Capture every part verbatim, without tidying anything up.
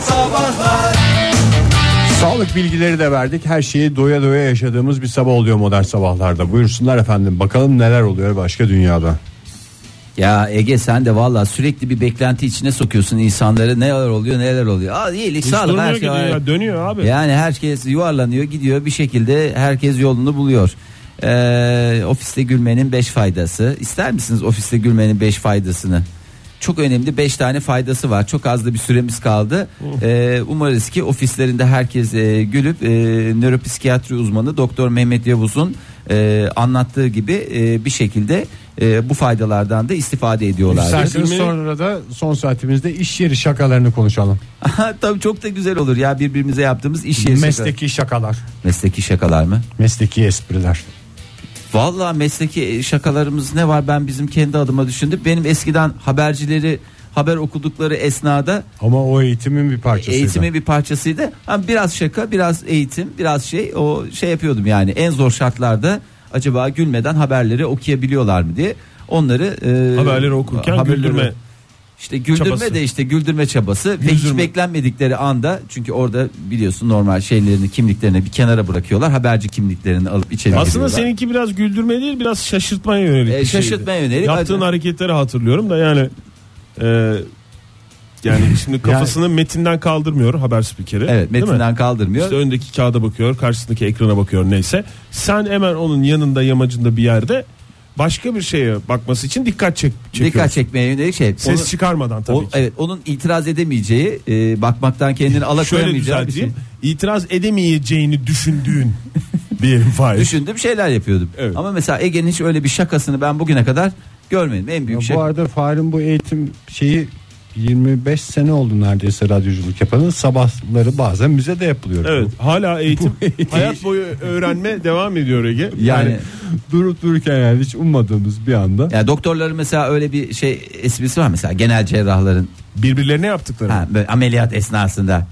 Sabahlar. Sağlık bilgileri de verdik. Her şeyi doya doya yaşadığımız bir sabah oluyor modern sabahlarda. Buyursunlar efendim. Bakalım neler oluyor başka dünyada. Ya Ege sen de valla sürekli bir beklenti içine sokuyorsun insanları. Neler oluyor neler oluyor. Aa, iyilik sağlık her şey ya, dönüyor abi. Yani herkes yuvarlanıyor gidiyor bir şekilde herkes yolunu buluyor. Ee, ofiste gülmenin beş faydası. İster misiniz ofiste gülmenin beş faydasını? Çok önemli beş tane faydası var. Çok az da bir süremiz kaldı. Ee, umarız ki ofislerinde herkes e, gülüp e, nöropsikiyatri uzmanı Doktor Mehmet Yavuz'un e, anlattığı gibi e, bir şekilde e, bu faydalardan da istifade ediyorlar. İsterseniz sonra da son saatimizde iş yeri şakalarını konuşalım. Tabii çok da güzel olur ya birbirimize yaptığımız iş yeri mesleki şakalar. Mesleki şakalar mı? Mesleki espriler. Vallahi mesleki şakalarımız ne var ben bizim kendi adıma düşündüm. Benim eskiden habercileri haber okudukları esnada ama o eğitimin bir parçasıydı. Eğitimin bir parçasıydı. Ama biraz şaka, biraz eğitim, biraz şey o şey yapıyordum yani en zor şartlarda acaba gülmeden haberleri okuyabiliyorlar mı diye. Onları e, haberleri okurken haberleri, güldürme İşte güldürme çabası. de işte güldürme çabası güldürme. Ve hiç beklenmedikleri anda çünkü orada biliyorsun normal şeylerini kimliklerini bir kenara bırakıyorlar haberci kimliklerini alıp içeri aslında giriyorlar. Seninki biraz güldürme değil biraz şaşırtmaya yönelik. E, şaşırtmaya şeydi. yönelik. Yaptığın hadi. Hareketleri hatırlıyorum da yani e, yani şimdi kafasını yani, metinden kaldırmıyor haber spikeri. Evet metinden kaldırmıyor. İşte öndeki kağıda bakıyor karşısındaki ekrana bakıyor neyse. Sen hemen onun yanında yamacında bir yerde başka bir şeye bakması için dikkat çek çekiyorsun. Dikkat çekmeye yönelik şey. Ses onu, çıkarmadan tabii o, ki. Evet, onun itiraz edemeyeceği, e, bakmaktan kendini alakoyamayacağı bir şey. İtiraz edemeyeceğini düşündüğün bir faiz. Düşündüğüm şeyler yapıyordum. Evet. Ama mesela Ege'nin hiç öyle bir şakasını ben bugüne kadar görmedim. En büyük ya şaka. Bu arada Fahir'in bu eğitim şeyi yirmi beş sene oldu neredeyse radyoculuk yapanın sabahları bazen müzede yapılıyor. Evet hala eğitim hayat boyu öğrenme devam ediyor Ege. Yani, yani durup dururken yani hiç ummadığımız bir anda. Yani doktorların mesela öyle bir şey esprisi var mesela genel cerrahların birbirlerine yaptıkları. Ha, böyle ameliyat esnasında.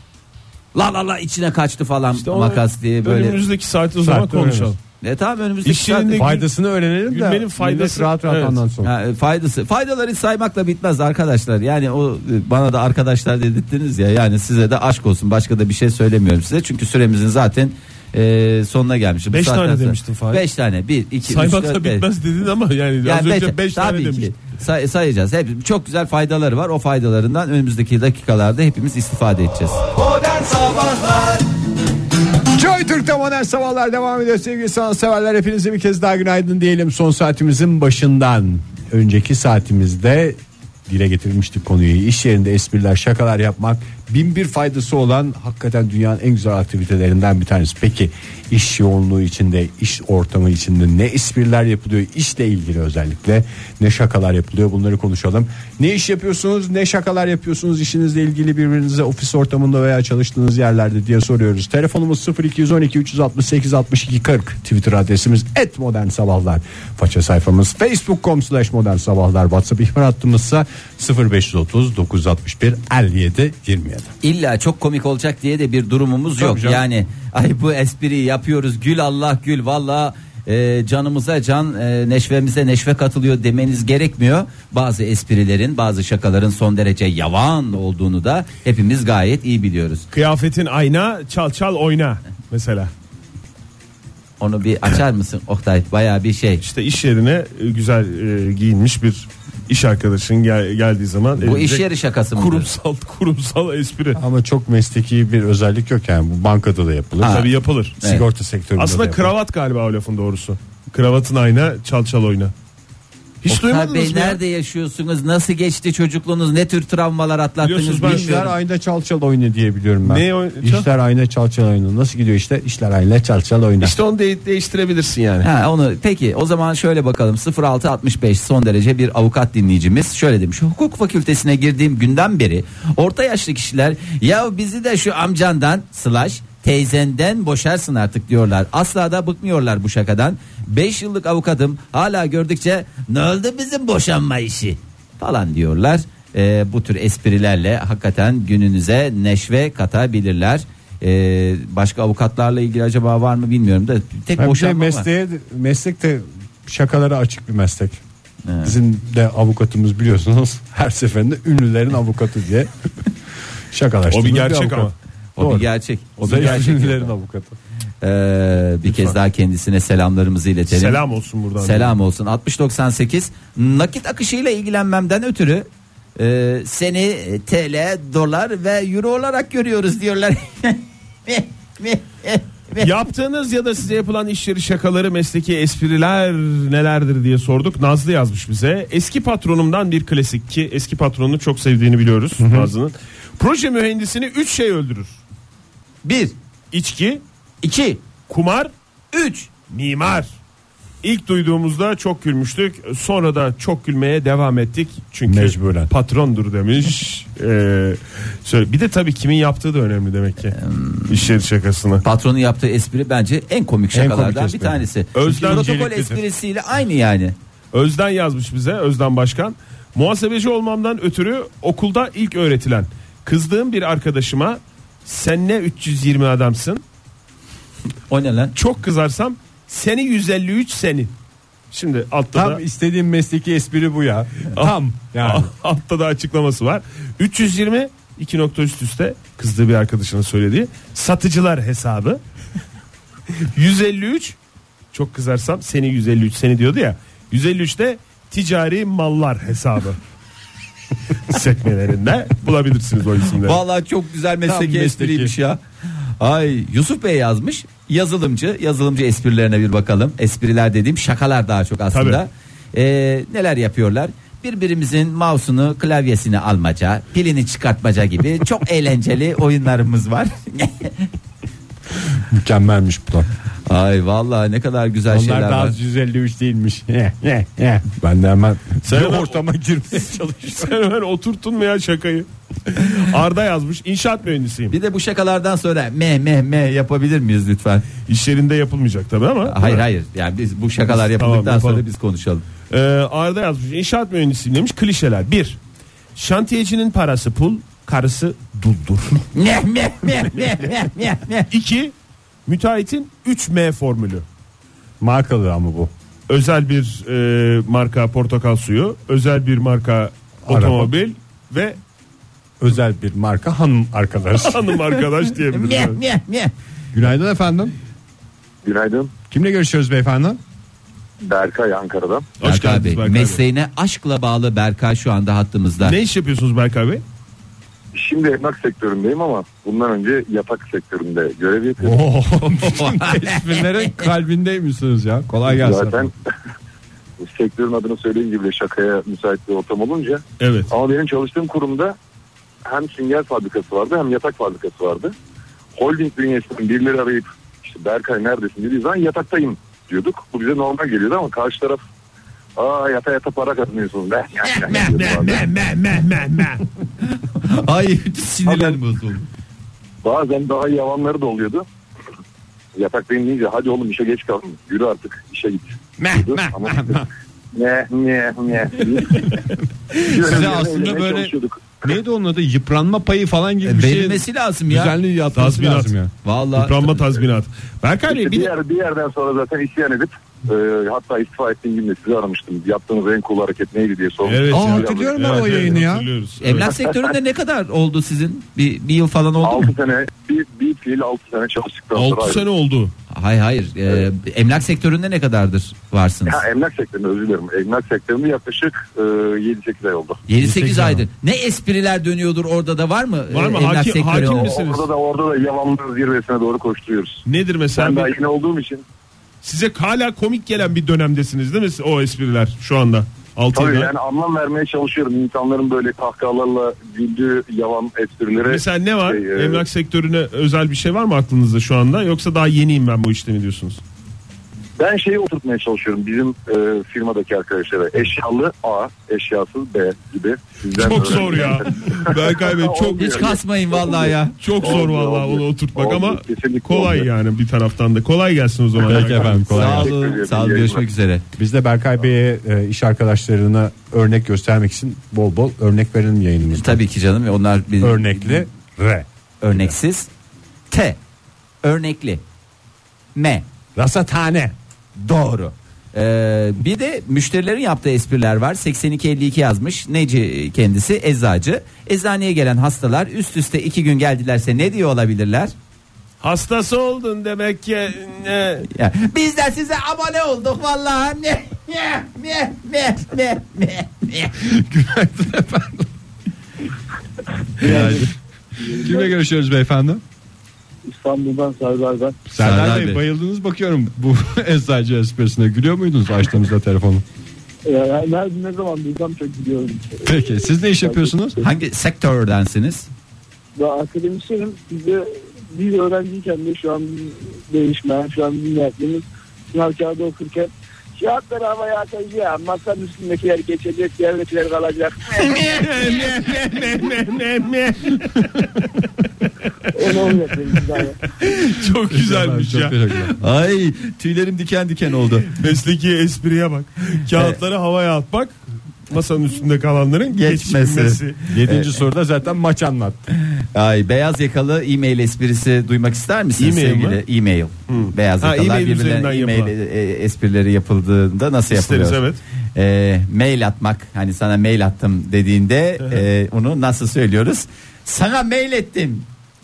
La la la içine kaçtı falan işte makas diye böyle. Önümüzdeki saat o zaman konuşalım. E tamam önümüzdeki saat faydasını öğrenelim de. Gülmenin faydası rahat rahat evet. anlatsın. Ha, faydası. Faydaları saymakla bitmez arkadaşlar. Yani o bana da arkadaşlar dedirttiniz ya. Yani size de aşk olsun. Başka da bir şey söylemiyorum size. Çünkü süremizin zaten e, sonuna gelmişiz. beş tane demiştin Fahir. beş tane. bir iki saymakla üç, bitmez dedin ama yani, yani az önce beş tane demiştin. Say, sayacağız. Hep çok güzel faydaları var. O faydalarından önümüzdeki dakikalarda hepimiz istifade edeceğiz. Modern Sabahlar. Joy Türk'te modern sabahlar devam ediyor sevgili sanatseverler. Hepinize bir kez daha günaydın diyelim. Son saatimizin başından önceki saatimizde dile getirmiştik konuyu. İş yerinde espriler, şakalar yapmak bin bir faydası olan hakikaten dünyanın en güzel aktivitelerinden bir tanesi. Peki iş yoğunluğu içinde, iş ortamı içinde ne espriler yapılıyor? İşle ilgili özellikle ne şakalar yapılıyor? Bunları konuşalım. Ne iş yapıyorsunuz? Ne şakalar yapıyorsunuz? İşinizle ilgili birbirinize ofis ortamında veya çalıştığınız yerlerde diye soruyoruz. Telefonumuz sıfır iki on iki üç altı sekiz altmış iki kırk. Twitter adresimiz et modern sabahlar. Faça sayfamız facebook nokta com slash modern sabahlar. WhatsApp ihbar hattımızsa sıfır beş otuz dokuz altmış bir elli yedi yirmi yedi. İlla çok komik olacak diye de bir durumumuz Tabii yok. Canım. Yani ay bu espriyi yapıyoruz gül Allah gül valla e, canımıza can e, neşvemize neşve katılıyor demeniz gerekmiyor. Bazı esprilerin bazı şakaların son derece yavan olduğunu da hepimiz gayet iyi biliyoruz. Kıyafetin ayna çal çal oyna mesela. Onu bir açar mısın Oktay? Bayağı bir şey. İşte iş yerine güzel e, giyinmiş bir iş arkadaşın gel, geldiği zaman bu iş yeri şakası mı? Kurumsal kurumsal espri. Ama çok mesleki bir özellik yok yani. Bu bankada da yapılır. Ha. Tabii yapılır. Evet. Sigorta sektöründe. Aslında kravat galiba o lafın doğrusu. Kravatın ayna çal çal oyna. Hiç Oktay duymadınız Bey, mı? Nerede nerede yaşıyorsunuz? Nasıl geçti çocukluğunuz? Ne tür travmalar atlattınız? Ben işler ayna çal çal oyna diye biliyorum ben. Ne oyn- işler ayna çal çal oyna. Nasıl gidiyor işte? İşler ayna çal çal oyna. İşte onu de- değiştirebilirsin yani. Ha, onu peki o zaman şöyle bakalım. sıfır altı altmış beş son derece bir avukat dinleyicimiz şöyle demiş. Hukuk fakültesine girdiğim günden beri orta yaşlı kişiler ya bizi de şu amcandan slash teyzenden boşarsın artık diyorlar. Asla da bıkmıyorlar bu şakadan. beş yıllık avukatım hala gördükçe ne oldu bizim boşanma işi falan diyorlar. Ee, bu tür esprilerle hakikaten gününüze neşve katabilirler. Ee, başka avukatlarla ilgili acaba var mı bilmiyorum da tek ben boşanma mesleğe, var. Meslek de şakalara açık bir meslek. Evet. Bizim de avukatımız biliyorsunuz her seferinde ünlülerin avukatı diye Şakalaştığımız O bir gerçek avukat. ama. O Doğru. bir gerçek. O bir Zayıf gerçek. ünlülerin avukatı. Ee, bir kez daha kendisine selamlarımızı iletelim. Selam olsun buradan. Selam olsun. altmış doksan sekiz nakit akışıyla ilgilenmemden ötürü e, seni T L, dolar ve euro olarak görüyoruz diyorlar. Yaptığınız ya da size yapılan iş yeri şakaları, mesleki espriler nelerdir diye sorduk. Nazlı yazmış bize. Eski patronumdan bir klasik, ki eski patronunu çok sevdiğini biliyoruz Nazlı'nın. Proje mühendisini üç şey öldürür. bir, İçki, iki, kumar, üç. mimar. İlk duyduğumuzda çok gülmüştük. Sonra da çok gülmeye devam ettik. Çünkü Mecburen. patrondur demiş. Ee, söyle. Bir de tabii kimin yaptığı da önemli demek ki. İş yeri şakasını. Patronun yaptığı espri bence en komik En şakalardan komik bir espri. tanesi. Özlem Protokol inceliklidir. esprisiyle aynı yani. Özden yazmış bize, Özden Başkan. Muhasebeci olmamdan ötürü okulda ilk öğretilen, kızdığım bir arkadaşıma sen ne üç yüz yirmi adamsın, O ne lan? çok kızarsam seni yüz elli üç seni. Şimdi altta Tam da istediğim mesleki espri bu ya. Tam yani. altta da açıklaması var. üç yüz yirmi iki nokta üst üste kızdığı bir arkadaşına söylediği satıcılar hesabı. yüz elli üç çok kızarsam seni yüz elli üç seni diyordu ya. yüz elli üçte ticari mallar hesabı. Sekmelerinde bulabilirsiniz o isimleri. Vallahi çok güzel mesleki mesleki. espriymiş ya. Ay, Yusuf Bey yazmış. Yazılımcı, yazılımcı esprilerine bir bakalım. Espriler dediğim şakalar daha çok aslında. Ee, neler yapıyorlar? Birbirimizin mouse'unu, klavyesini almaca, pilini çıkartmaca gibi çok eğlenceli oyunlarımız var. Mükemmelmiş bu da. Ay vallahi ne kadar güzel Onlar şeyler da var. az yüz elli üç değilmiş. Ben de hemen Sen bir hemen- ortama girmeye çalışıyorum. Sen hemen oturttun mu ya şakayı? Arda yazmış, inşaat mühendisiyim. Bir de bu şakalardan sonra meh meh meh yapabilir miyiz lütfen? İş yerinde yapılmayacak tabii ama. Hayır hayır. Yani biz bu şakalar yapıldıktan Tamam, yapalım. sonra biz konuşalım. Ee, Arda yazmış, inşaat mühendisiyim demiş. Klişeler. Bir, şantiyecinin parası pul, karısı duldur. Meh meh meh meh meh meh meh. İki, müteahhitin üç M formülü. Markalı ama bu. Özel bir e, marka portakal suyu, özel bir marka otomobil ve Özel bir marka hanım arkadaş. hanım arkadaş Meh diyebiliriz. meh meh. Günaydın efendim. Günaydın. Kimle görüşüyoruz beyefendi? Berkay Ankara'dan. Hoş Berkay geldiniz Bey. Berkay Bey. Mesleğine aşkla bağlı Berkay şu anda hattımızda. Ne iş yapıyorsunuz Berkay Bey? Şimdi emlak sektöründeyim ama bundan önce yatak sektöründe görev yapıyorum. Oo, bütün esprilerin kalbindeymişsiniz ya. Kolay gelsin. Zaten sektörün adını söylediğim gibi şakaya müsait bir ortam olunca. Evet. Ama benim çalıştığım kurumda hem sünger fabrikası vardı hem yatak fabrikası vardı. Holding bünyesinden birileri arayıp işte Berkay neredesin dediği zaman yataktayım diyorduk. Bu bize normal geliyordu ama karşı taraf aa yata yata para kazanıyorsunuz. Meh, meh, meh, meh, meh meh meh meh. Ay bütün sinirlerim bozuldu. Bazen daha iyi yalanları da oluyordu. Yataktayım deyince hadi oğlum işe geç kaldın. Yürü artık işe git. Meh, diyordu. meh, Ama meh, meh. ne ne ne. Size aslında böyle neydi onun adı, yıpranma payı falan gibi bir şey. Verilmesi lazım ya. Düzenli yatması Tazminat. lazım ya. Vallahi Yıpranma tazminat. Berkay Bey İşte bir bir, de yer, bir yerden sonra zaten isyan edip e, hatta istifa ettiğim gün de sizi aramıştım. Yaptığınız en cool hareket neydi diye sormuştum. Evet Aa, ya. hatırlıyorum ben Evet, o evet, yayını ya. hatırlıyoruz. emlak Evet. sektöründe ne kadar oldu sizin? Bir, bir yıl falan oldu mu? altı sene bir, bir fiil altı sene çalıştıktan sonra altı ayrıldım. sene oldu. Hayır hayır. Ee, emlak sektöründe ne kadardır varsınız? Ha, emlak sektöründe özür dilerim. Emlak sektöründe yaklaşık e, yedi sekiz ay oldu. yedi sekiz sekiz aydır. Ne espriler dönüyordur orada da var mı? Var mı? Ee, emlak Hakim- sektöründe? hakim misiniz? Orada da orada da yalanların zirvesine doğru koşturuyoruz. Nedir mesela? Ben daha Bir- yeni olduğum için Size hala komik gelen bir dönemdesiniz değil mi o espriler şu anda? altı tabii yılda. yani anlam vermeye çalışıyorum. İnsanların böyle kahkahalarla güldüğü yalan esprilere. Mesela ne var? Şey, e, Emlak sektörüne özel bir şey var mı aklınızda şu anda? Yoksa daha yeniyim ben bu işte mi diyorsunuz? Ben şeyi oturtmaya çalışıyorum bizim e, firmadaki arkadaşlara. Eşyalı A, eşyasız B gibi. Sizden Çok öğrendim. zor ya. Berkay Bey çok Olmuyor. Hiç kasmayın vallahi ya. çok zor Olmuyor, vallahi olmuyor. onu oturtmak Olmuyor, ama kesinlikle kolay olmuyor. yani bir taraftan da. Kolay gelsin o zaman. Peki Berkay Bey. efendim, kolay Sağ gelsin. olun. Sağ olun. Görüşmek üzere. Biz de Berkay Bey'e e, iş arkadaşlarına örnek göstermek için bol bol örnek verelim yayınımızda. Tabii ki canım. Onlar bir Örnekli R. örneksiz. T. Örnekli. M. Rasathane. Doğru. Ee, bir de müşterilerin yaptığı espriler var. seksen iki elli iki yazmış. Neci kendisi? Eczacı. Eczaneye gelen hastalar üst üste iki gün geldilerse ne diyor olabilirler? Hastası oldun demek ki. Ne? Ya, biz de size abone olduk vallahi. Ne ne ne ne ne ne ne. Günaydın efendim. Günaydın. Kimle görüşüyoruz beyefendi? İstanbul'dan Serdar ben. Serdar, Serdar Bey, Bey. bayıldınız bakıyorum bu eczacı esprisine. Gülüyor muydunuz açtığınızda telefonu? Yani her ne zaman duysam çok gidiyorum. Peki siz ne iş yapıyorsunuz? Hangi sektördensiniz? Ben akademisyenim. Biz de biz öğrenciyken de şu an değişmeyen, şu an bizim yaptığımız sınav kağıdı okurken kağıtları havaya atacağım. Masanın üstündekiler geçecek, diğerdekiler kalacak. Onu yapıyoruz zaten. Çok güzelmiş Çok ya. teşekkürler. Ay tüylerim diken diken oldu. Mesleki espriye bak. Kağıtları havaya atmak, masanın üstünde kalanların Geçmesi. geçmesi. Yedinci soruda zaten maç anlattı. Ay beyaz yakalı e-mail esprisi duymak ister misiniz E-mail sevgili? mi? E-mail. Beyaz Ha, yakalar e-mail birbirlerine üzerinden e-mail yapılan. e, esprileri yapıldığında nasıl İsteriz, yapılıyor? evet. E, mail atmak, hani sana mail attım dediğinde e, onu nasıl söylüyoruz? Sana mail ettim.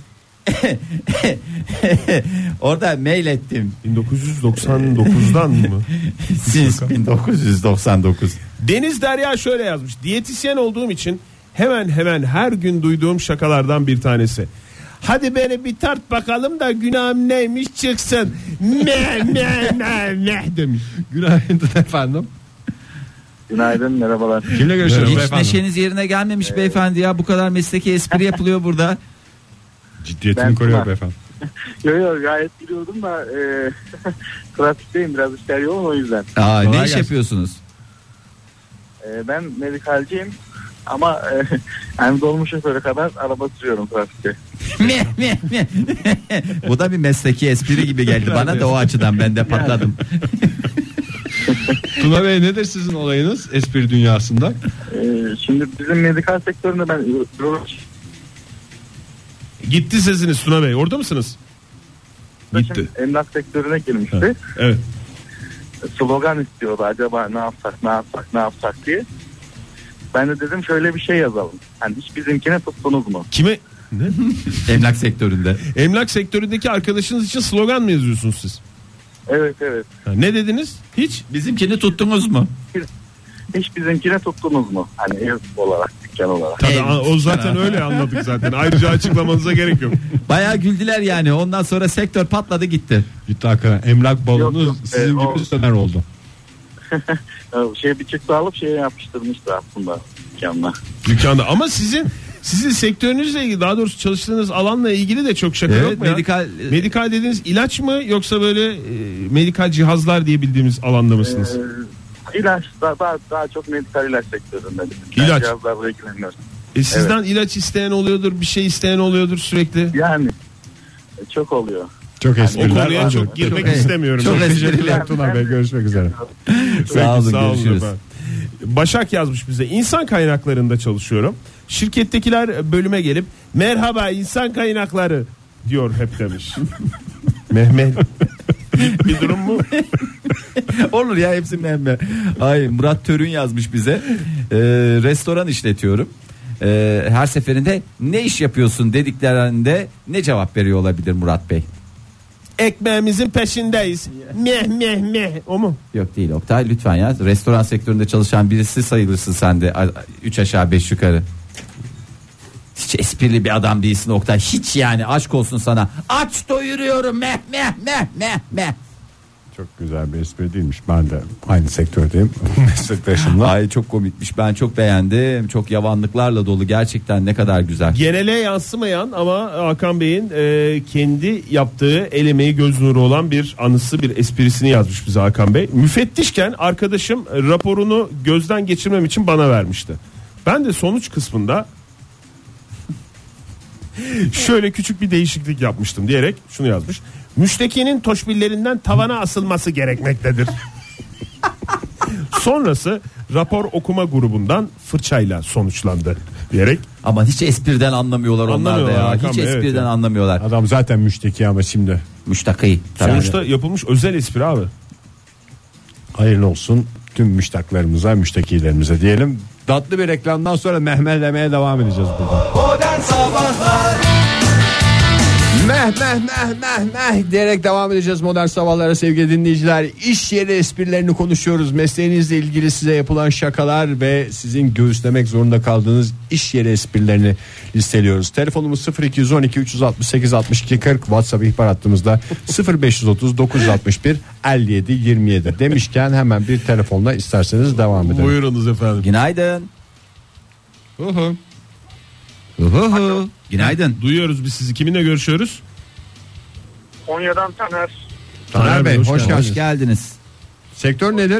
Orada mail ettim. bin dokuz yüz doksan dokuzdan mı? Siz bin dokuz yüz doksan dokuz. Deniz Derya şöyle yazmış. Diyetisyen olduğum için hemen hemen her gün duyduğum şakalardan bir tanesi. Hadi beni bir tart bakalım da günahım neymiş çıksın. Ne ne ne ne demiş. Günaydın efendim. Günaydın, merhabalar. Kimle görüşüyoruz Hiç beyefendi? neşeniz yerine gelmemiş beyefendi ya, bu kadar mesleki espri yapılıyor burada. Ciddiyetini Ben koruyor Tuna. beyefendi. Yok yok gayet biliyordum da e, trafikteyim, biraz işler yoğun o yüzden. Aa, ne Kolay iş gelsin. yapıyorsunuz? E, ben medikalciyim ama e, yani dolmuş şoförü kadar araba sürüyorum trafikte. Bu da bir mesleki espri gibi geldi bana da, o açıdan ben de patladım. Tuna Bey nedir sizin olayınız espri dünyasında? E, şimdi bizim medikal sektöründe ben üroloji Gitti sesiniz Tuna Bey. Orada mısınız? Gitti. emlak sektörüne girmişti. Evet. Slogan istiyordu, acaba ne yapsak ne yapsak ne yapsak diye. Ben de dedim şöyle bir şey yazalım. Hani hiç bizimkine tuttunuz mu? Kime? Ne? Emlak sektöründe. Emlak sektöründeki arkadaşınız için slogan mı yazıyorsunuz siz? Evet evet. Ha, ne dediniz? Hiç. Bizimkini tuttunuz mu? Hiç bizimkine tuttunuz mu? Hani ev olarak, dükkan olarak. Tabii, Ev. o zaten öyle anladık zaten. Ayrıca açıklamanıza gerek yok. Bayağı güldüler yani. Ondan sonra sektör patladı gitti. Gitti hakikaten. Emlak balonu Yok, yok. sizin Ee, gibi o- söner oldu. Şey bir çıktı alıp şeye yapıştırmıştı aslında dükkanına. Dükkanda. Ama sizin sizin sektörünüzle ilgili, daha doğrusu çalıştığınız alanla ilgili de çok şaka Evet, yok mu ya? medikal- Medikal dediğiniz ilaç mı, yoksa böyle e, medikal cihazlar diye bildiğimiz alanda mısınız? Ee, ilaç daha, daha, daha çok medikal ilaç sektöründe. İlaç. Cihazlarla ilgileniyoruz. E, sizden ilaç isteyen oluyordur, bir şey isteyen oluyordur sürekli. Yani e, çok oluyor. Çok O espriler. konuya var. çok girmek Çok- istemiyorum. çok Ben. espriler. Teşekkürler Tuna Bey. Görüşmek üzere. Sağ olun, Sağ olun görüşürüz. efendim. Başak yazmış bize. İnsan kaynaklarında çalışıyorum. Şirkettekiler bölüme gelip merhaba insan kaynakları diyor hep demiş. Mehmet. Bir durum mu? Olur ya, hepsi memle. Ay, Murat Törün yazmış bize. Ee, restoran işletiyorum. Ee, her seferinde ne iş yapıyorsun dediklerinde ne cevap veriyor olabilir Murat Bey? Ekmeğimizin peşindeyiz. Meh meh meh. O mu? Yok değil Oktay, lütfen ya. Restoran sektöründe çalışan birisi sayılırsın sen de. A- Üç aşağı beş yukarı. Hiç esprili bir adam değilsin Oktay. Hiç yani, aşk olsun sana. Aç doyuruyorum meh meh meh meh meh. Çok güzel bir espri değilmiş. Ben de aynı sektördeyim. Meslektaşımla. Ay çok komikmiş, ben çok beğendim. Çok yavanlıklarla dolu, gerçekten ne kadar güzel. Genele yansımayan ama Hakan Bey'in e, kendi yaptığı el emeği göz nuru olan bir anısı, bir esprisini yazmış bize Hakan Bey. Müfettişken arkadaşım raporunu gözden geçirmem için bana vermişti. Ben de sonuç kısmında şöyle küçük bir değişiklik yapmıştım diyerek şunu yazmış. Müştekinin toşbillerinden tavana asılması gerekmektedir. Sonrası rapor okuma grubundan fırçayla sonuçlandı diyerek. Ama hiç espriden anlamıyorlar onlar da Anlamıyorlar ya. Hakan Hiç Bey, evet espriden ya. anlamıyorlar. Adam zaten müşteki ama şimdi. Müştakî. Sonuçta yapılmış özel espri abi. Hayırlı olsun tüm müştaklarımıza, müştekilerimize diyelim. Tatlı bir reklamdan sonra mehmellemeye devam edeceğiz burada. Modern Sabahlar. Meh meh meh meh meh diyerek devam edeceğiz modern sabahlara sevgili dinleyiciler. İş yeri esprilerini konuşuyoruz. Mesleğinizle ilgili size yapılan şakalar ve sizin göğüslemek zorunda kaldığınız iş yeri esprilerini listeliyoruz. Telefonumuz sıfır iki on iki üç altı sekiz altmış iki kırk, WhatsApp ihbar hattımızda sıfır beş otuz dokuz altmış bir elli yedi yirmi yedi demişken hemen bir telefonla isterseniz devam edelim. Buyurunuz efendim. Günaydın. Uhu. Uhu. Günaydın. Duyuyoruz biz sizi. Kiminle görüşüyoruz? Konya'dan Taner. Taner Bey hoş, hoş geldiniz. Hoş geldiniz. Sektör nedir?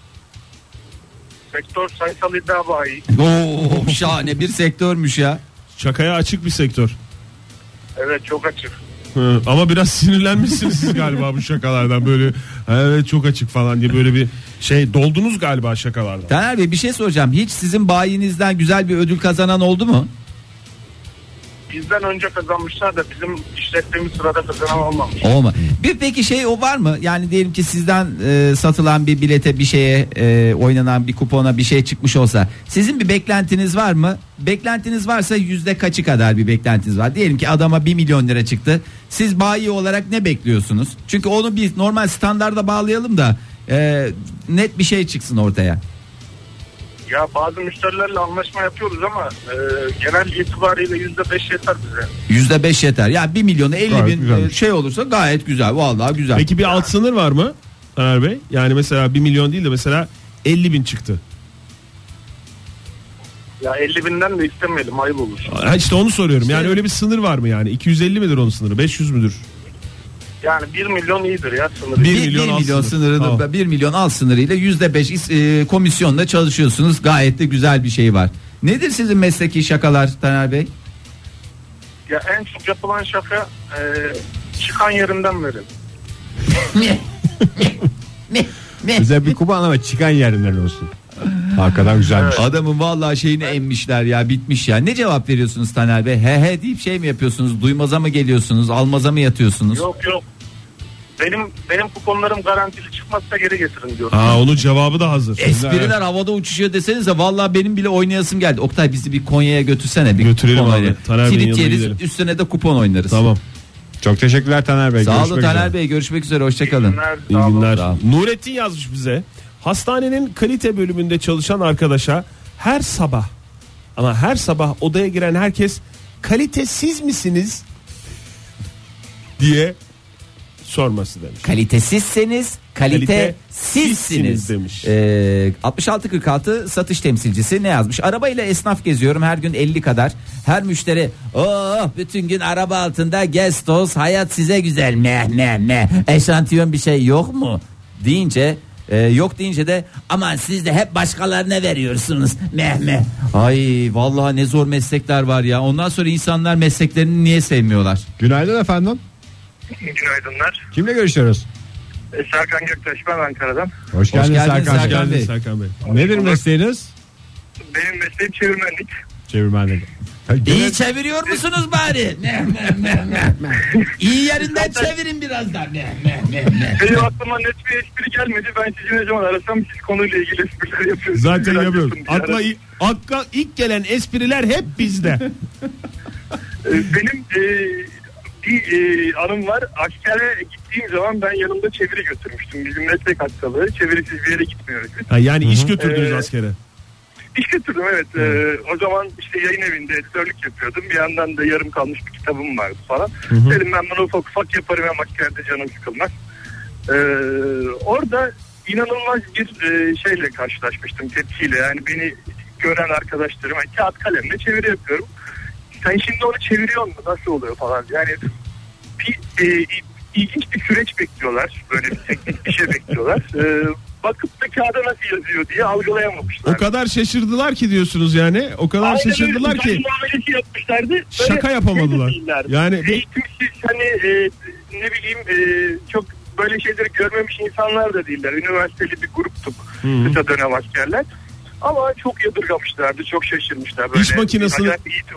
Sektör sayısal iddia bayi. Oo, şahane bir sektörmüş ya. Şakaya açık bir sektör. Evet, çok açık. Hı, ama biraz sinirlenmişsiniz siz galiba bu şakalardan, böyle evet çok açık falan diye böyle bir şey doldunuz galiba şakalardan. Taner Bey bir şey soracağım. Hiç sizin bayinizden güzel bir ödül kazanan oldu mu? Bizden önce kazanmışlar da bizim işlettiğimiz sırada kazanan olmamış. Olma. Bir peki şey o var mı? Yani diyelim ki sizden e, satılan bir bilete, bir şeye, e, oynanan bir kupona bir şey çıkmış olsa, sizin bir beklentiniz var mı? Beklentiniz varsa yüzde kaçı kadar bir beklentiniz var? Diyelim ki adama bir milyon lira çıktı. Siz bayi olarak ne bekliyorsunuz? Çünkü onu bir normal standarda bağlayalım da e, net bir şey çıksın ortaya. Ya bazı müşterilerle anlaşma yapıyoruz ama e, genel itibariyle yüzde beş yeter bize. Yüzde beş yeter. Ya bir milyonu elli Gayet bin güzelmiş. şey olursa gayet güzel. Vallahi güzel. Peki bir alt sınır var mı Taner Bey? Yani mesela bir milyon değil de mesela elli bin çıktı. Ya elli binden de istemeyelim, ayıp olur. Ha, işte onu soruyorum. Yani öyle bir sınır var mı yani? iki yüz elli midir onun sınırı? beş yüz müdür? Yani bir milyon iyidir ya sınırı. Bir Bir, milyon bir alt milyon sınır. sınırını Tamam. bir milyon alt sınırıyla yüzde beş e, komisyonla çalışıyorsunuz. Gayet de güzel bir şey var. Nedir sizin mesleki şakalar Taner Bey? Ya en çok yapılan şaka e, çıkan yerinden verin. Bize bir kuban ama çıkan yerinden olsun. Hakikaten güzelmiş. Adamın vallahi şeyini emmişler ya, bitmiş ya. Ne cevap veriyorsunuz Taner Bey? He he deyip şey mi yapıyorsunuz? Duymaza mı geliyorsunuz? Almaza mı yatıyorsunuz? Yok yok. Benim benim kuponlarım garantili, çıkmazsa geri getirin diyorum. Ha, onun cevabı da hazır. Espriler havada uçuşuyor desenize, vallahi benim bile oynayasım geldi. Oktay bizi bir Konya'ya götürsene, bir Götürelim kupon abi. oynayalım. Taner Bey'in Trip yanına yeriz, gidelim. üstüne de kupon oynarız. Tamam. Çok teşekkürler Taner Bey. Sağ olun Görüşmek Taner üzere. Bey, görüşmek üzere, hoşçakalın. Günler, İyi sağ olun. günler. Sağ ol. Nurettin yazmış bize. Hastanenin kalite bölümünde çalışan arkadaşa her sabah ama her sabah odaya giren herkes kalitesiz misiniz diye sorması demiş. Kalitesizseniz kalite sizsiniz sizsiniz demiş. Ee, altmış altı kırk altı satış temsilcisi ne yazmış? Arabayla esnaf geziyorum her gün elli kadar. Her müşteri oh bütün gün araba altında gez toz, hayat size güzel meh meh meh, eşantiyon bir şey yok mu deyince e, yok deyince de aman siz de hep başkalarına veriyorsunuz meh meh. Ay vallahi ne zor meslekler var ya. Ondan sonra insanlar mesleklerini niye sevmiyorlar? Günaydın efendim. Günaydınlar. Kimle görüşüyoruz? E, Serkan Göktaş, ben Ankara'dan. Hoş geldiniz geldiniz Serkan, Serkan Bey. Geldin Bey. Serkan Bey. Nedir mesleğiniz? Benim mesleğim çevirmenlik. Çevirmenlik. İyi çeviriyor musunuz bari? Meh, meh, meh, meh, meh. İyi yerinden çevirin biraz da. Meh, meh, meh, meh. Benim aklıma net bir espri gelmedi. Ben sizi ne zaman arasam siz konuyla ilgili espriler yapıyorsunuz. Zaten Biraz yapıyoruz. yapın diye Akla, aradım. akla ilk gelen espriler hep bizde. E, Benim e, bir e, anım var. Askere gittiğim zaman ben yanımda çeviri götürmüştüm. Bizim meslek hastalığı. Çevirisiz bir yere gitmiyoruz biz. Ha, yani iş götürdünüz Ee, askere. İş götürdüm evet. Ee, o zaman işte yayın evinde editörlük yapıyordum. Bir yandan da yarım kalmış bir kitabım vardı falan. Dedim ben bunu ufak ufak yaparım, hem askerde canım sıkılmaz. Ee, orada inanılmaz bir e, şeyle karşılaşmıştım, tepkiyle. Yani beni gören arkadaşlarıma kağıt kalemle çeviri yapıyorum. Sen şimdi onu çeviriyor musun? Nasıl oluyor falan. Yani bir e, ilginç bir süreç bekliyorlar. Böyle bir teknik bir şey bekliyorlar. Ee, bakıp da kağıda nasıl yazıyor diye algılayamamışlar. O kadar şaşırdılar ki diyorsunuz yani. O kadar Aynen şaşırdılar öyle. ki Uzay muamelesi yapmışlardı. Böyle şaka yapamadılar. şey de değiller. Yani bir- Eğitimsiz, hani e, ne bileyim e, çok böyle şeyleri görmemiş insanlar da değiller. Üniversiteli bir gruptuk kısa dönem askerler. Ama çok yadırgamışlardı, çok şaşırmışlar. Böyle İş makinesini- acayip bir itibar,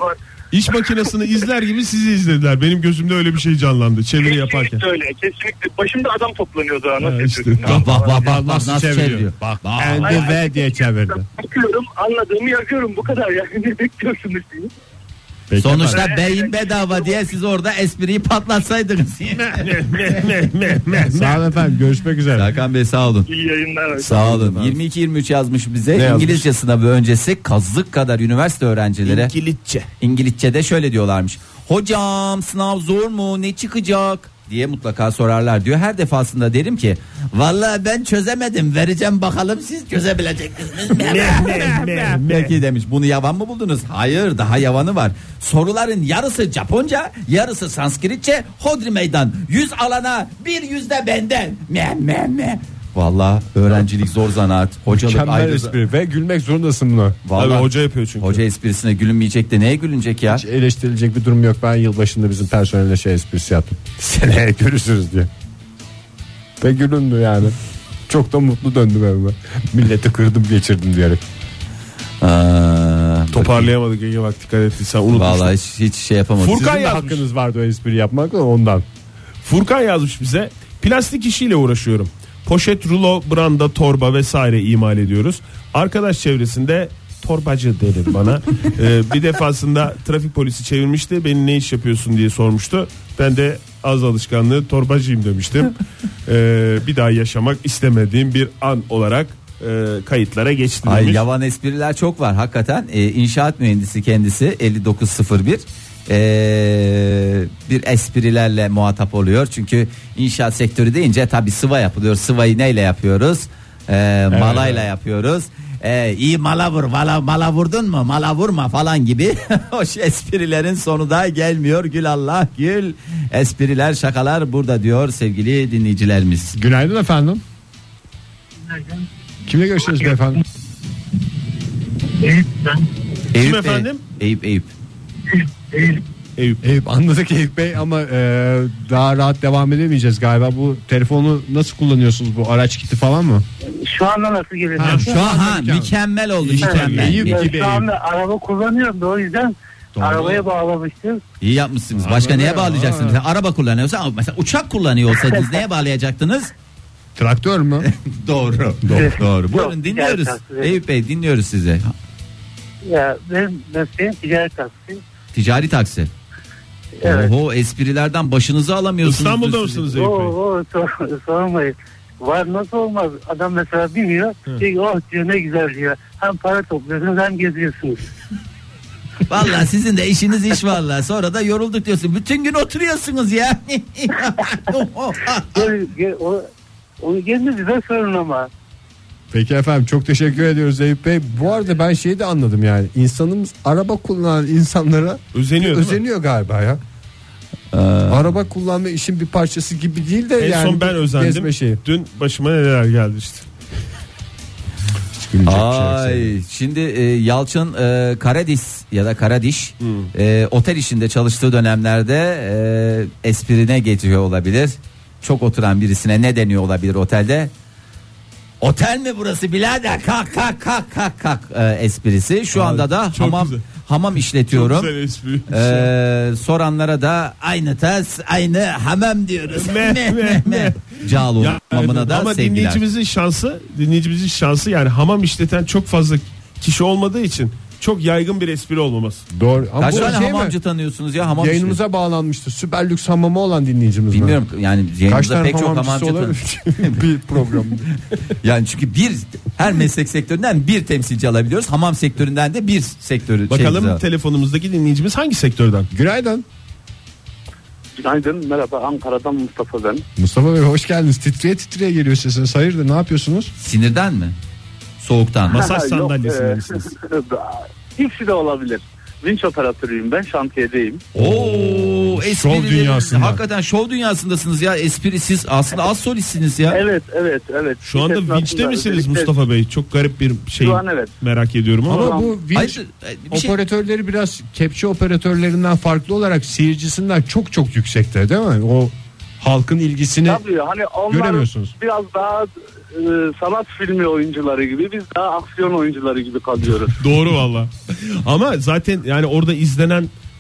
İş makinesini izler gibi sizi izlediler. Benim gözümde öyle bir şey canlandı çeviri yaparken. Kesinlikle öyle. Kesinlikle. Başımda adam toplanıyordu. Ha, nasıl Ha, işte. yapıyorsun? Bak bak bak bak Nasıl, nasıl çeviriyor? çeviriyor. Bak Bak. Endi V diye çevirdi. Bakıyorum, anladığımı yazıyorum. Bu kadar yani. Ne bekliyorsunuz diye. Peki Sonuçta efendim. beyin bedava diye siz orada espriyi patlatsaydınız. Sağ olun efendim, görüşmek üzere. Hakan Bey sağ olun. İyi yayınlar. Sağ olun. yirmi iki yirmi üç yazmış bize. Ne yazmış? İngilizce sınavı öncesi kazık kadar üniversite öğrencileri İngilizce. İngilizce'de şöyle diyorlarmış. Hocam sınav zor mu? Ne çıkacak? diye mutlaka sorarlar diyor. Her defasında derim ki vallahi ben çözemedim. Vereceğim bakalım siz çözebilecek misiniz? Peki demiş. Bunu yavan mı buldunuz? Hayır, daha yavanı var. Soruların yarısı Japonca, yarısı Sanskritçe. Hodri meydan. Yüz alana bir yüzde benden. Me me me. Vallahi öğrencilik zor zanaat. Hocalık Mükemmel ayrı. espri ve gülmek zorundasın buna. Vallahi Abi hoca yapıyor çünkü. Hoca esprisine gülünmeyecek de neye gülünecek ya? Hiç eleştirilecek bir durum yok. Ben yılbaşında bizim personelle şey esprisi yaptım. Seneye görüşürüz diye. Ve gülündü yani. Çok da mutlu döndüm evime. Milleti kırdım geçirdim diyerek. Aa, Toparlayamadık Ege, bak dikkat ettiysen unutmuştum. vallahi hiç, hiç şey yapamadım. Furkan Sizin de yazmış. hakkınız vardı o espri yapmakla ondan. Furkan yazmış bize. Plastik işiyle uğraşıyorum. Poşet, rulo, branda, torba vesaire imal ediyoruz. Arkadaş çevresinde torbacı derim bana. ee, bir defasında trafik polisi çevirmişti. Beni ne iş yapıyorsun diye sormuştu. Ben de az alışkanlığı torbacıyım demiştim. Ee, bir daha yaşamak istemediğim bir an olarak e, kayıtlara geçti Ay demiş. yavan espriler çok var hakikaten. Ee, inşaat mühendisi kendisi elli dokuz sıfır bir. Ee, bir esprilerle muhatap oluyor. Çünkü inşaat sektörü deyince tabii sıva yapılıyor. Sıvayı neyle yapıyoruz? Ee, malayla yapıyoruz. Ee, iyi mala vur, mala, mala vurdun mu? Mala vurma falan gibi. Hoş esprilerin sonu da gelmiyor. Gül Allah gül. Espriler, şakalar burada diyor sevgili dinleyicilerimiz. Günaydın efendim. Kimle görüşüyoruz beyefendi? Eyüp Bey. efendim? Eyüp Eyüp. Eyüp. Eyüp, anladık Eyüp Bey ama e, daha rahat devam edemeyeceğiz galiba. Bu telefonu nasıl kullanıyorsunuz? Bu araç kiti falan mı? Şu anda nasıl geliyor? Ha, Şu an ha, mükemmel. mükemmel oldu, İşte mükemmel. Eyüp İyi, gibi. Şu anda araba kullanıyorum da o yüzden Doğru. arabaya bağlamıştım. iyi yapmışsınız. Başka Anladım neye ya. bağlayacaksınız? Mesela araba kullanıyorsa, mesela uçak kullanıyor olsaydınız neye bağlayacaktınız? Traktör mü? Doğru. Doğru. Doğru. Buyurun Yok, dinliyoruz. ticaret taksi. Eyüp Bey dinliyoruz sizi. Ya benim mesleğim ticaret taksi. Ticari taksi. Evet. Oho, esprilerden başınızı alamıyorsunuz. İstanbul'da Siz- mısınız Eyüp Oo, Bey? oo, sor- sormayın. Var nasıl olmaz? Adam mesela biniyor. Diyor ki, oh diyor ne güzel diyor. Hem para topluyorsunuz hem geziyorsunuz. Vallahi sizin de işiniz iş vallahi. Sonra da yorulduk diyorsun. Bütün gün oturuyorsunuz ya. Böyle, ge- o, onu gezmesi de sorun ama. Peki efendim, çok teşekkür ediyoruz Eyüp Bey. Bu arada ben şeyi de anladım yani. İnsanımız araba kullanan insanlara Özeniyor değil mi? özeniyor galiba ya. Araba kullanma işin bir parçası gibi değil de En yani son ben bir özendim. gezme şeyi. Dün başıma neler geldi işte. Hiç gülecek bir şey yok. Ay, şimdi e, Yalçın e, Karadis ya da Karadiş e, otel işinde çalıştığı dönemlerde e, esprine getiriyor olabilir. Çok oturan birisine ne deniyor olabilir otelde? Otel mi burası birader? Kalk kalk kalk kalk kalk e, esprisi. Şu Ay, anda da çok hamam güzel. hamam işletiyorum. Çok güzel espri. Ee, soranlara da aynı tas aynı hamam diyoruz. Meh, meh, meh. Cağaloğlu Ya, hamamına evet, da ama sevgiler. dinleyicimizin şansı, dinleyicimizin şansı yani hamam işleten çok fazla kişi olmadığı için çok yaygın bir espri olmaması. Doğru. Ama Kaç bu tane şey mi? hamamcı tanıyorsunuz ya hamam Yayınımıza bağlanmıştı. Süper lüks hamamı olan dinleyicimiz işleri? mi? Bilmiyorum yani Kaç yayınımızda tane pek çok hamamcısı hamamcı olabilir tanıyoruz. bir program. Yani çünkü bir her meslek sektöründen bir temsilci alabiliyoruz. Hamam sektöründen de bir sektörü. Bakalım şey, telefonumuzdaki dinleyicimiz hangi sektörden? Günaydın. Günaydın, merhaba, Ankara'dan Mustafa ben. Mustafa Bey hoş geldiniz. Titreye titreye geliyor sesiniz. Hayırdır, ne yapıyorsunuz? sinirden mi? Soğuktan mı? Masaj Yok, sandalyesinde e, misiniz? İkisi de olabilir. Vinç operatörüyüm ben, şantiyedeyim. Oo, Şov esprileri- dünyasında. Hakikaten şov dünyasındasınız ya. Espri siz aslında az solistsiniz ya. Evet, evet, evet. Şu anda Esnasında vinçte misiniz özellikle- Mustafa Bey? Çok garip bir şey Şu an evet. merak ediyorum ama. Ama bu vinç Hayır, bir şey- operatörleri biraz kepçe operatörlerinden farklı olarak seyircisinden çok çok yüksekte değil mi? O halkın ilgisini Tabii hani onlar göremiyorsunuz. biraz daha e, sanat filmi oyuncuları gibi, biz daha aksiyon oyuncuları gibi kalıyoruz. Doğru valla. Ama zaten yani orada izlenen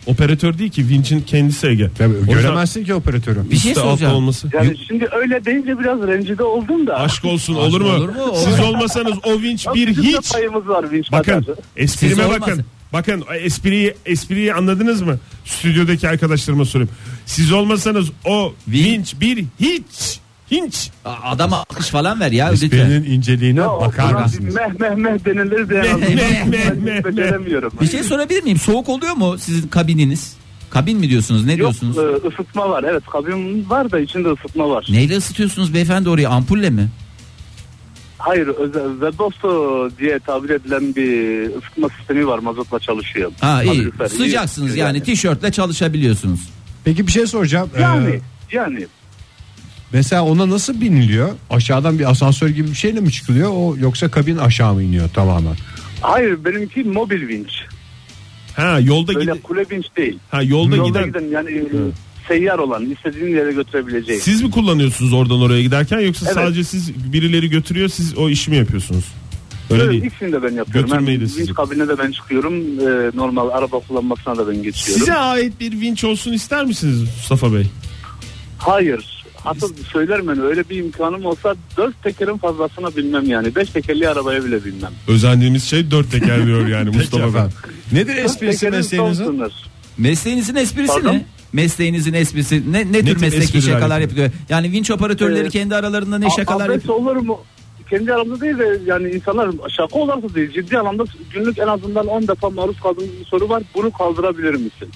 Operatör değil ki, vinçin kendisi Ege. Tabii, O yüzden göremezsin ki operatörü. Bir şey üstte altta soracağım. olması. Yani şimdi öyle deyince biraz rencide oldum da. Aşk olsun, olur mu? olur mu? Siz olmasanız o vinç Ya bir bizim de hiç. payımız var vinç Bakın kadar. esprime Siz bakın. olmasın. Bakın espriyi espriyi anladınız mı? Stüdyodaki arkadaşlarıma sorayım. Siz olmasanız o Vin- vinç bir hiç. Hiç. A- Adama alkış falan ver ya lütfen. Esprinin inceliğine Ya, bakar buna mısınız? bir Meh meh meh denilir de. Meh, meh, meh, meh, Ben beceremiyorum. Bir şey sorabilir miyim? Soğuk oluyor mu sizin kabininiz? Kabin mi diyorsunuz? Ne Yok, diyorsunuz? e, ısıtma var. Evet, kabin var da içinde ısıtma var. Neyle ısıtıyorsunuz beyefendi orayı? Ampulle mi? Hayır, özel Vedosto diye tabir edilen bir ısıtma sistemi var, mazotla çalışıyor. Ha iyi. Kalorifer, iyi Sıcaksınız ısıtıyor yani tişörtle çalışabiliyorsunuz. Peki bir şey soracağım. Yani Ee, yani mesela ona nasıl biniliyor? Aşağıdan bir asansör gibi bir şeyle mi çıkılıyor? O yoksa kabin aşağı mı iniyor tamamen? hayır, benimki mobil vinç. Ha yolda Böyle giden. kule vinç değil. Ha yolda, Yolda giden. giden yani e, seyyar olan, istediğin yere götürebileceğin. Siz mi kullanıyorsunuz oradan oraya giderken, yoksa Evet. sadece siz birileri götürüyor, siz o işi mi yapıyorsunuz? Öyle Evet, değil. ikisini de ben yapıyorum. Hem Götürmeyi de siz vinç kabine de ben çıkıyorum. e, normal araba kullanmasına da ben geçiyorum. Size ait bir vinç olsun ister misiniz Mustafa Bey? Hayır. Hatta söylerim ben, öyle bir imkanım olsa dört tekerin fazlasına binmem yani. Beş tekerli arabaya bile binmem. Özendiğimiz şey dört teker diyor yani Mustafa Bey. efendim. Nedir Dört esprisi tekerin son mesleğinizin? sınır. Mesleğinizin esprisi Pardon? ne? Mesleğinizin esprisi ne, ne tür tür mesleki espriler şakalar yapıyor? yapıyor? Yani vinç operatörleri Ee, kendi aralarında ne şakalar Abes yapıyor? olur mu? Kendi aramda değil de yani insanlar şaka olarak da değil. Ciddi anlamda günlük en azından on defa maruz kaldığım bir soru var. Bunu kaldırabilir misin?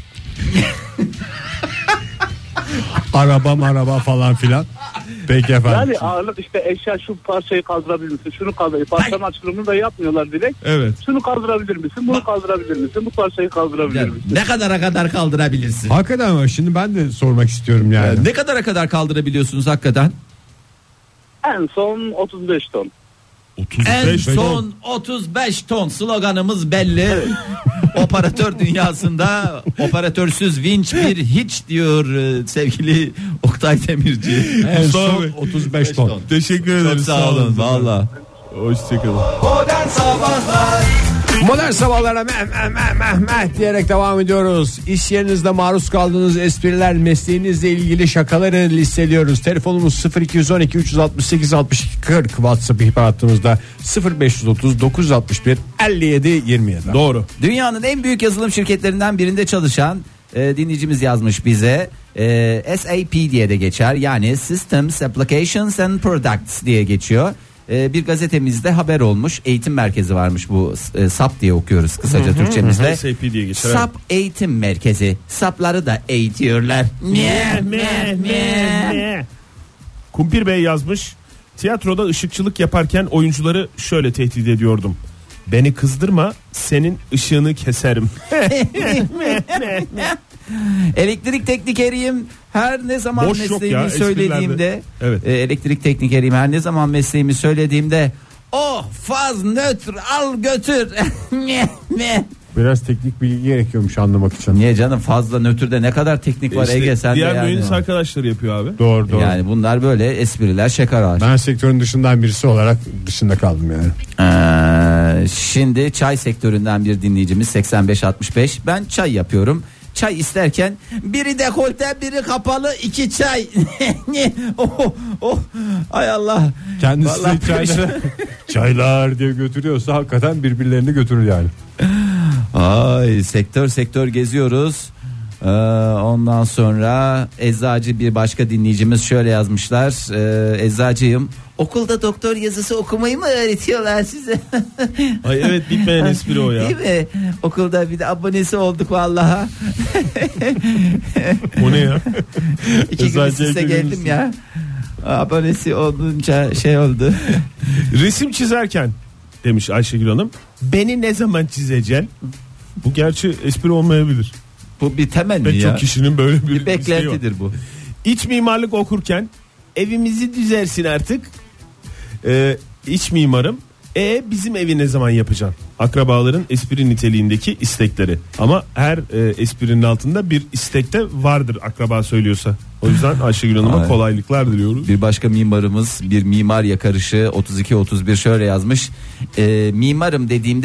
Arabam araba falan filan. Peki efendim. Yani ağırlık işte eşya şu parçayı kaldırabilir misin? Şunu kaldırabilir. Parçanın açılımını da yapmıyorlar direkt. Evet. Şunu kaldırabilir misin? Bunu kaldırabilir misin? Bu parçayı kaldırabilir Yani misin? ne kadara kadar kaldırabilirsin? Hakikaten ama şimdi ben de sormak istiyorum yani. Ne kadara kadar kaldırabiliyorsunuz hakikaten? En son otuz beş ton. otuz En beş ton. son otuz beş ton sloganımız belli. Operatör dünyasında operatörsüz vinç bir hiç diyor e, sevgili Oktay Demirci. En Mustafa son Bey. otuz beş ton. Teşekkür Çok ederiz. sağ olun valla. Hoşçakalın. Modern Sabahlar Modern sabahlara meh meh meh meh meh diyerek devam ediyoruz. İş yerinizde maruz kaldığınız espriler, mesleğinizle ilgili şakaları listeliyoruz. Telefonumuz sıfır iki on iki üç altı sekiz altmış iki kırk, WhatsApp ihbar hattımızda sıfır beş otuz dokuz altmış bir elli yedi yirmi yedi. Doğru. Dünyanın en büyük yazılım şirketlerinden birinde çalışan e, dinleyicimiz yazmış bize. E, S A P diye de geçer, yani Systems, Applications and Products diye geçiyor. E, bir gazetemizde haber olmuş. Eğitim merkezi varmış, bu e, S A P diye okuyoruz kısaca Türkçemizde. S A P diye geçer. S A P eğitim merkezi. Sapları da eğitiyorlar. Meh, meh, meh. Kumpir Bey yazmış. Tiyatroda ışıkçılık yaparken oyuncuları şöyle tehdit ediyordum. Beni kızdırma, senin ışığını keserim. Elektrik teknikeriyim. Her ne zaman Boş yok mesleğimi ya, söylediğimde, esprilerde. Evet. e, elektrik teknikeriyim. Her ne zaman mesleğimi söylediğimde, oh faz nötr al götür. Meh, meh. Biraz teknik bilgi gerekiyormuş anlamak için. Niye canım, fazla nötrde ne kadar teknik var İşte Ege, sen de diğer yani. mühendis arkadaşları yapıyor abi. Doğru doğru. Yani bunlar böyle espriler, şakalar. Ben sektörün dışından birisi olarak dışında kaldım yani. Ee, şimdi çay sektöründen bir dinleyicimiz seksen beş altmış beş. Ben çay yapıyorum. Çay isterken biri dekolte biri kapalı, iki çay. oh, oh, ay Allah. Kendisi Vallahi çaylara çaylar diye götürüyorsa hakikaten birbirlerini götürür yani. Ay, sektör sektör geziyoruz. Ee, ondan sonra eczacı bir başka dinleyicimiz şöyle yazmışlar. Ee, eczacıyım. Okulda doktor yazısı okumayı mı öğretiyorlar size? Ay evet, bitmeyen espri o ya. Değil mi? Okulda bir de abonesi olduk vallahi. O ne ya? İki gün Eczacıya size geldim girmişsin. ya. Abonesi olunca şey oldu. Resim çizerken demiş Ayşegül Hanım. Beni ne zaman çizeceksin? Bu gerçi espri olmayabilir. Bu bir temenni Pek ya. çok kişinin böyle bir, Bir isteği var. beklentidir bu. İç mimarlık okurken evimizi düzersin artık. Ee, iç mimarım. E bizim evi ne zaman yapacaksın? Akrabaların espri niteliğindeki istekleri. Ama her e, esprinin altında bir istek de vardır akraba söylüyorsa. O yüzden Ayşegül Hanım'a Aynen. kolaylıklar diliyoruz. Bir başka mimarımız, bir mimar yakarışı otuz iki otuz bir şöyle yazmış. Ee, mimarım dediğimde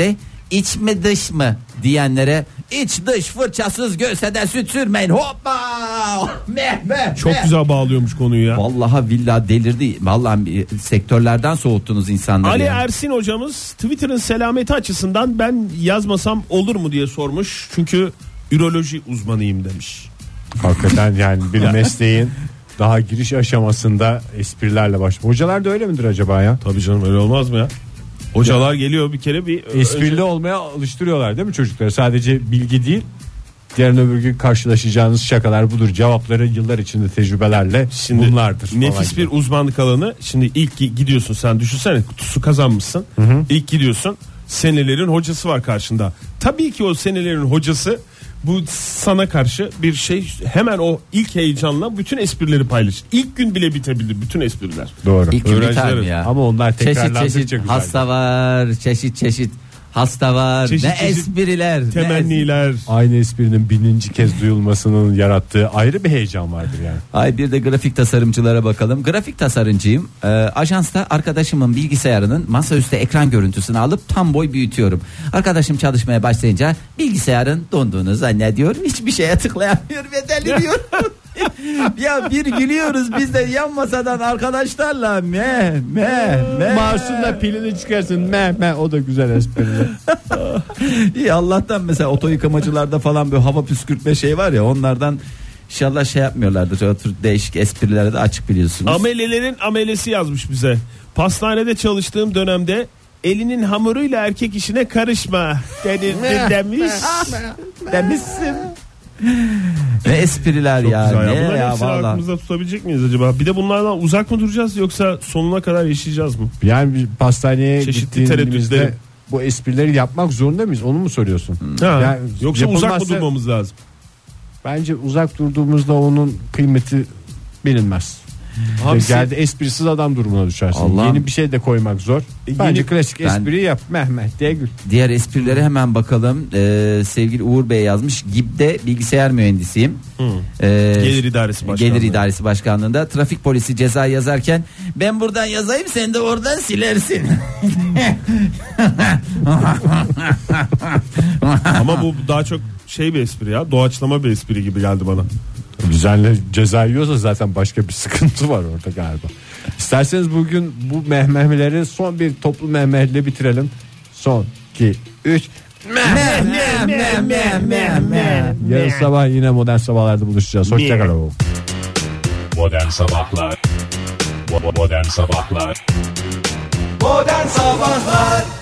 İç mi dış mı diyenlere iç dış fırçasız göğse de süt sürmeyin. Hoppa! Meh, meh, Çok meh. güzel bağlıyormuş konuyu ya. Vallahi billahi delirdi. Vallahi sektörlerden soğuttunuz insanları. Ali yani. Ersin hocamız Twitter'ın selameti açısından ben yazmasam olur mu diye sormuş. Çünkü üroloji uzmanıyım demiş. Hakikaten yani bir mesleğin daha giriş aşamasında esprilerle baş. Hocalar da öyle midir acaba ya? Tabii canım, öyle olmaz mı ya? Hocalar geliyor bir kere bir Esprili önce- olmaya alıştırıyorlar değil mi çocukları? Sadece bilgi değil. Yarın öbür gün karşılaşacağınız şakalar budur. Cevapları yıllar içinde tecrübelerle Şimdi bunlardır. falan nefis gibi. bir uzmanlık alanı. Şimdi ilk gidiyorsun, sen düşünsene, kutusu kazanmışsın. Hı hı. İlk gidiyorsun, senelerin hocası var karşında. Tabii ki o senelerin hocası bu sana karşı bir şey, hemen o ilk heyecanla bütün esprileri paylaşır. İlk gün bile bitebilir bütün espriler. Doğru. İlk gün biter Öğrenciler- mi ya? Ama onlar Çeşit tekrarlandıkça çeşit güzel. hasta var, çeşit çeşit hasta var, Çeşit ne çeşit espriler, ne Temenniler. Aynı esprinin bininci kez duyulmasının yarattığı ayrı bir heyecan vardır yani. Ay bir de grafik tasarımcılara bakalım. Grafik tasarımcıyım. Ee, ajansta arkadaşımın bilgisayarının masaüstü ekran görüntüsünü alıp tam boy büyütüyorum. Arkadaşım çalışmaya başlayınca bilgisayarın donduğunu zannediyor. Hiçbir şeye tıklayamıyor ve deliriyor. Ya bir gülüyoruz biz de yan masadan arkadaşlarla. Meh meh meh. Masumla pilini çıkarsın. Meh meh, o da güzel espri. İyi Allah'tan mesela oto yıkamacılarda falan böyle hava püskürtme şey var ya, onlardan İnşallah şey yapmıyorlardır. O tür değişik esprilere de açık biliyorsunuz. Amelelerin amelesi yazmış bize. Pastanede çalıştığım dönemde elinin hamuruyla erkek işine karışma denildi demiş. Demişsin. Ne espriler Çok ya. güzel ya. Ne Bunların ya hepsini valla. aklımızda tutabilecek miyiz acaba? Bir de bunlardan uzak mı duracağız yoksa sonuna kadar yaşayacağız mı? Yani bir pastaneye Çeşitli gittiğimizde tereddütlerim. bu esprileri yapmak zorunda mıyız? Onu mu soruyorsun? Ha, Yani yoksa uzak mı yapılmazsa- durmamız lazım? Bence uzak durduğumuzda onun kıymeti bilinmez. Hamsi- Geldi esprisiz adam durumuna düşersin. Allah'ım. Yeni bir şey de koymak zor. E, Bence yeni- klasik Ben- espriyi yap. Mehmet diye gül. Diğer esprilere hemen bakalım. Ee, sevgili Uğur Bey yazmış. G İ B'de bilgisayar mühendisiyim. Ee, Gelir İdaresi Başkanlığı. Gelir İdaresi Başkanlığı'nda trafik polisi ceza yazarken ben buradan yazayım sen de oradan silersin. Ama bu daha çok şey bir espri ya. Doğaçlama bir espri gibi geldi bana. Düzenli ceza yiyorsa zaten başka bir sıkıntı var orada galiba. İsterseniz bugün bu mehmehleri son bir toplu mehmehle bitirelim. Son iki üç. Yarın sabah yine modern sabahlarda buluşacağız. Hoşçakalın. Modern Sabahlar Bo- Modern Sabahlar Modern Sabahlar